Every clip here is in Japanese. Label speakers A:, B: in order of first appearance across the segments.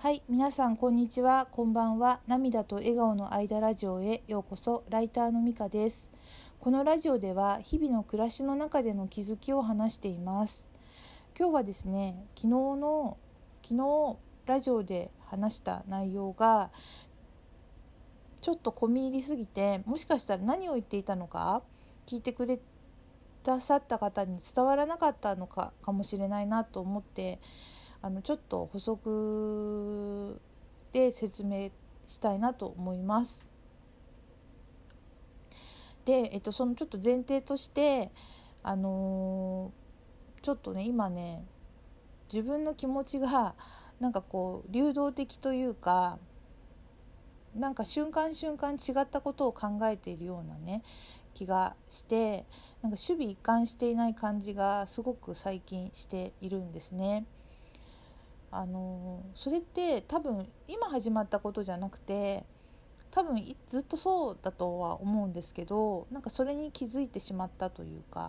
A: はい、皆さんこんにちは、こんばんは。涙と笑顔の間ラジオへようこそ。ライターのみかです。このラジオでは日々の暮らしの中での気づきを話しています。今日はですね、昨日ラジオで話した内容がちょっと込み入りすぎて、もしかしたら何を言っていたのか聞いてくださった方に伝わらなかったのかもしれないなと思って、ちょっと補足で説明したいなと思います。で、そのちょっと前提として、ちょっとね今ね自分の気持ちがなんかこう流動的というか、なんか瞬間瞬間違ったことを考えているようなね気がして、なんか守備一貫していない感じがすごく最近しているんですね。それって多分今始まったことじゃなくて、多分ずっとそうだとは思うんですけど、なんかそれに気づいてしまったというか、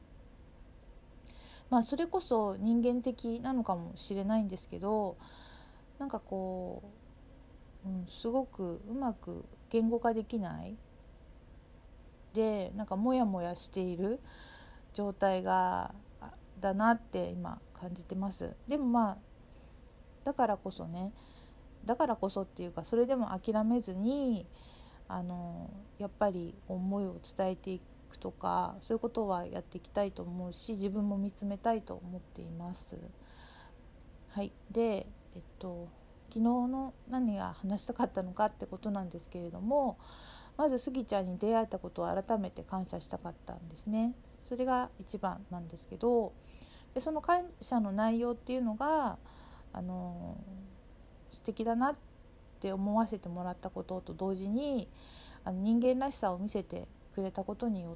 A: それこそ人間的なのかもしれないんですけど、なんかこう、すごくうまく言語化できないで、なんかモヤモヤしている状態だなって今感じてます。でもだからこそっていうか、それでも諦めずにやっぱり思いを伝えていくとか、そういうことはやっていきたいと思うし、自分も見つめたいと思っています。はい。で、昨日の何が話したかったのかってことなんですけれども、まずスギちゃんに出会えたことを改めて感謝したかったんですね。それが一番なんですけど、でその感謝の内容っていうのが素敵だなって思わせてもらったことと同時に、人間らしさを見せてくれたことによって、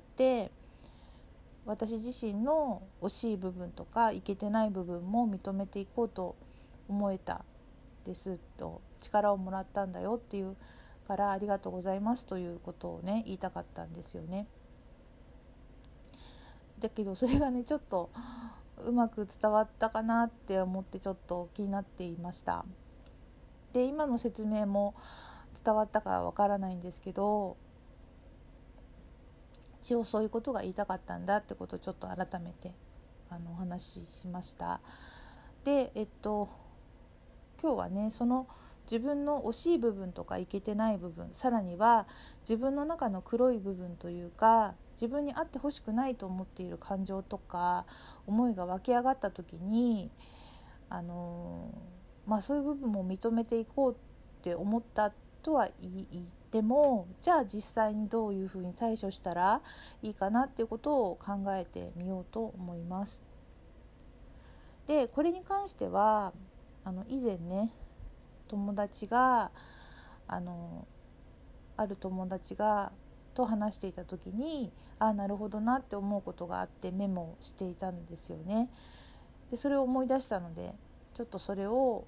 A: 私自身の惜しい部分とかいけてない部分も認めていこうと思えたですと、力をもらったんだよっていうから、ありがとうございますということをね言いたかったんですよね。だけどそれがねちょっとうまく伝わったかなって思って、ちょっと気になっていました。で、今の説明も伝わったかわからないんですけど、一応そういうことが言いたかったんだってことをちょっと改めてお話ししました。で、今日はね、その自分の惜しい部分とかいけてない部分、さらには自分の中の黒い部分というか、自分にあってほしくないと思っている感情とか思いが湧き上がった時に、そういう部分も認めていこうって思ったとは言っても、じゃあ実際にどういうふうに対処したらいいかなっていうことを考えてみようと思います。で、これに関しては以前ね、友達がある友達がと話していた時に、なるほどなって思うことがあってメモしていたんですよね。でそれを思い出したので、ちょっとそれを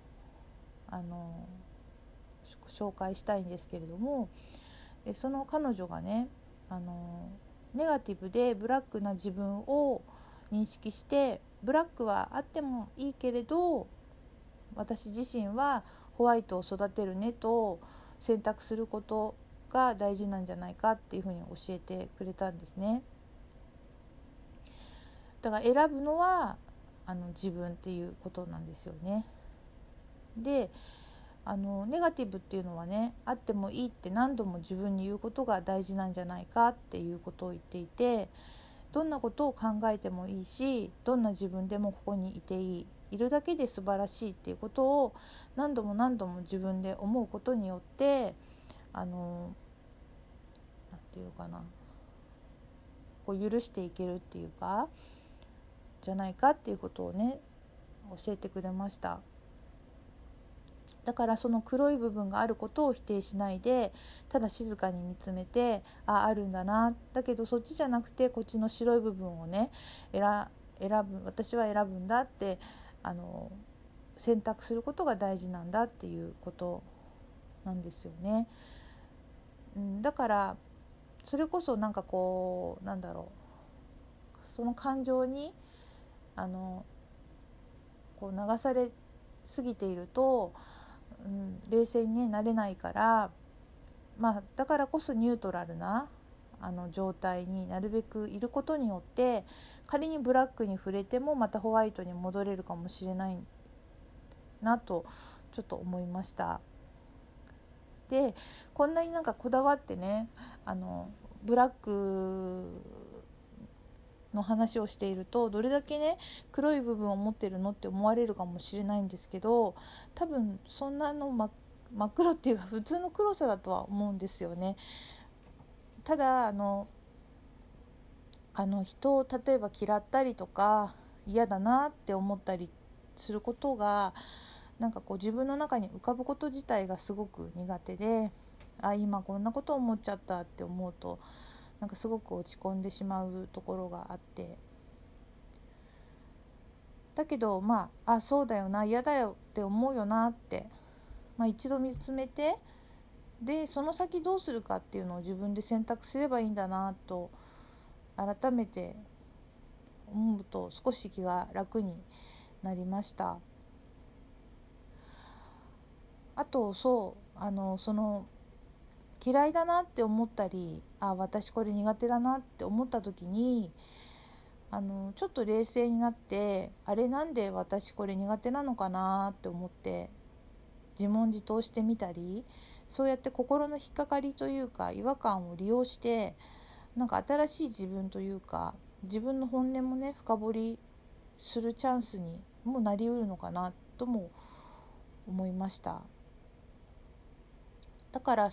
A: 紹介したいんですけれども、その彼女がね、ネガティブでブラックな自分を認識して、ブラックはあってもいいけれど、私自身はホワイトを育てるねと選択することが大事なんじゃないかっていうふうに教えてくれたんですね。だから選ぶのは自分っていうことなんですよね。で、ネガティブっていうのはね、あってもいいって何度も自分に言うことが大事なんじゃないかっていうことを言っていて、どんなことを考えてもいいし、どんな自分でもここにいているだけで素晴らしいっていうことを何度も何度も自分で思うことによって、なんていうかな、こう許していけるっていうかじゃないかっていうことをね教えてくれました。だからその黒い部分があることを否定しないで、ただ静かに見つめて、あるんだな、だけどそっちじゃなくてこっちの白い部分をね私は選ぶんだって選択することが大事なんだっていうことなんですよね。だからそれこそなんかこうその感情にこう流されすぎていると、 冷静に、ね、なれないから、だからこそニュートラルな状態になるべくいることによって、仮にブラックに触れてもまたホワイトに戻れるかもしれないなとちょっと思いました。でこんなになんかこだわってねブラックの話をしているとどれだけね黒い部分を持ってるのって思われるかもしれないんですけど、多分そんなの真っ黒っていうか普通の黒さだとは思うんですよね。ただ人を例えば嫌ったりとか嫌だなって思ったりすることがなんかこう自分の中に浮かぶこと自体がすごく苦手で、今こんなこと思っちゃったって思うとなんかすごく落ち込んでしまうところがあって、だけどそうだよな、嫌だよって思うよなって、一度見つめて、でその先どうするかっていうのを自分で選択すればいいんだなと改めて思うと少し気が楽になりました。あとその嫌いだなって思ったり、私これ苦手だなって思った時にちょっと冷静になって、なんで私これ苦手なのかなって思って自問自答してみたり、そうやって心の引っかかりというか違和感を利用してなんか新しい自分というか自分の本音もね深掘りするチャンスにもなりうるのかなとも思いました。だから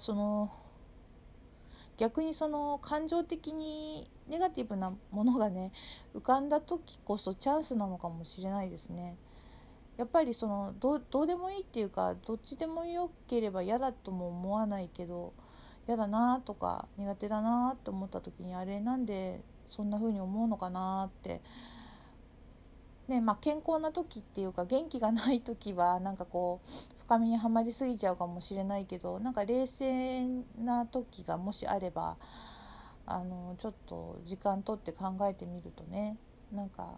A: 逆に感情的にネガティブなものがね浮かんだ時こそチャンスなのかもしれないですね。やっぱりどうでもいいっていうかどっちでもよければ嫌だとも思わないけど、嫌だなとか苦手だなって思った時になんでそんな風に思うのかなってね、健康な時っていうか元気がない時はなんかこう深みにはまりすぎちゃうかもしれないけど、なんか冷静な時がもしあればちょっと時間とって考えてみるとね、なんか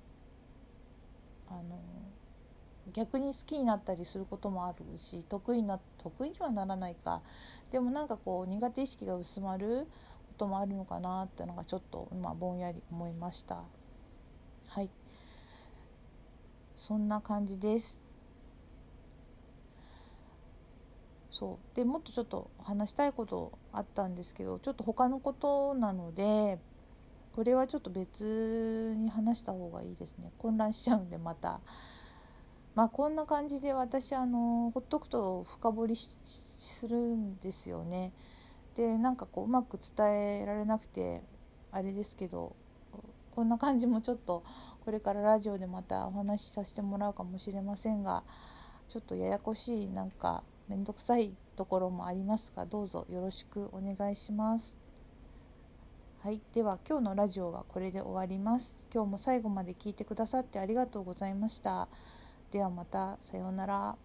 A: 逆に好きになったりすることもあるし、得意にはならないか、でもなんかこう苦手意識が薄まることもあるのかなっていうのがちょっと今ぼんやり思いました。はい、そんな感じです。そうでもっとちょっと話したいことあったんですけど、ちょっと他のことなのでこれはちょっと別に話した方がいいですね。混乱しちゃうんでまたこんな感じで私ほっとくと深掘りするんですよね。でなんかこううまく伝えられなくてあれですけど、こんな感じもちょっとこれからラジオでまたお話しさせてもらうかもしれませんが、ちょっとややこしいなんかめんどくさいところもありますが、どうぞよろしくお願いします。はい、では今日のラジオはこれで終わります。今日も最後まで聞いてくださってありがとうございました。ではまた、さようなら。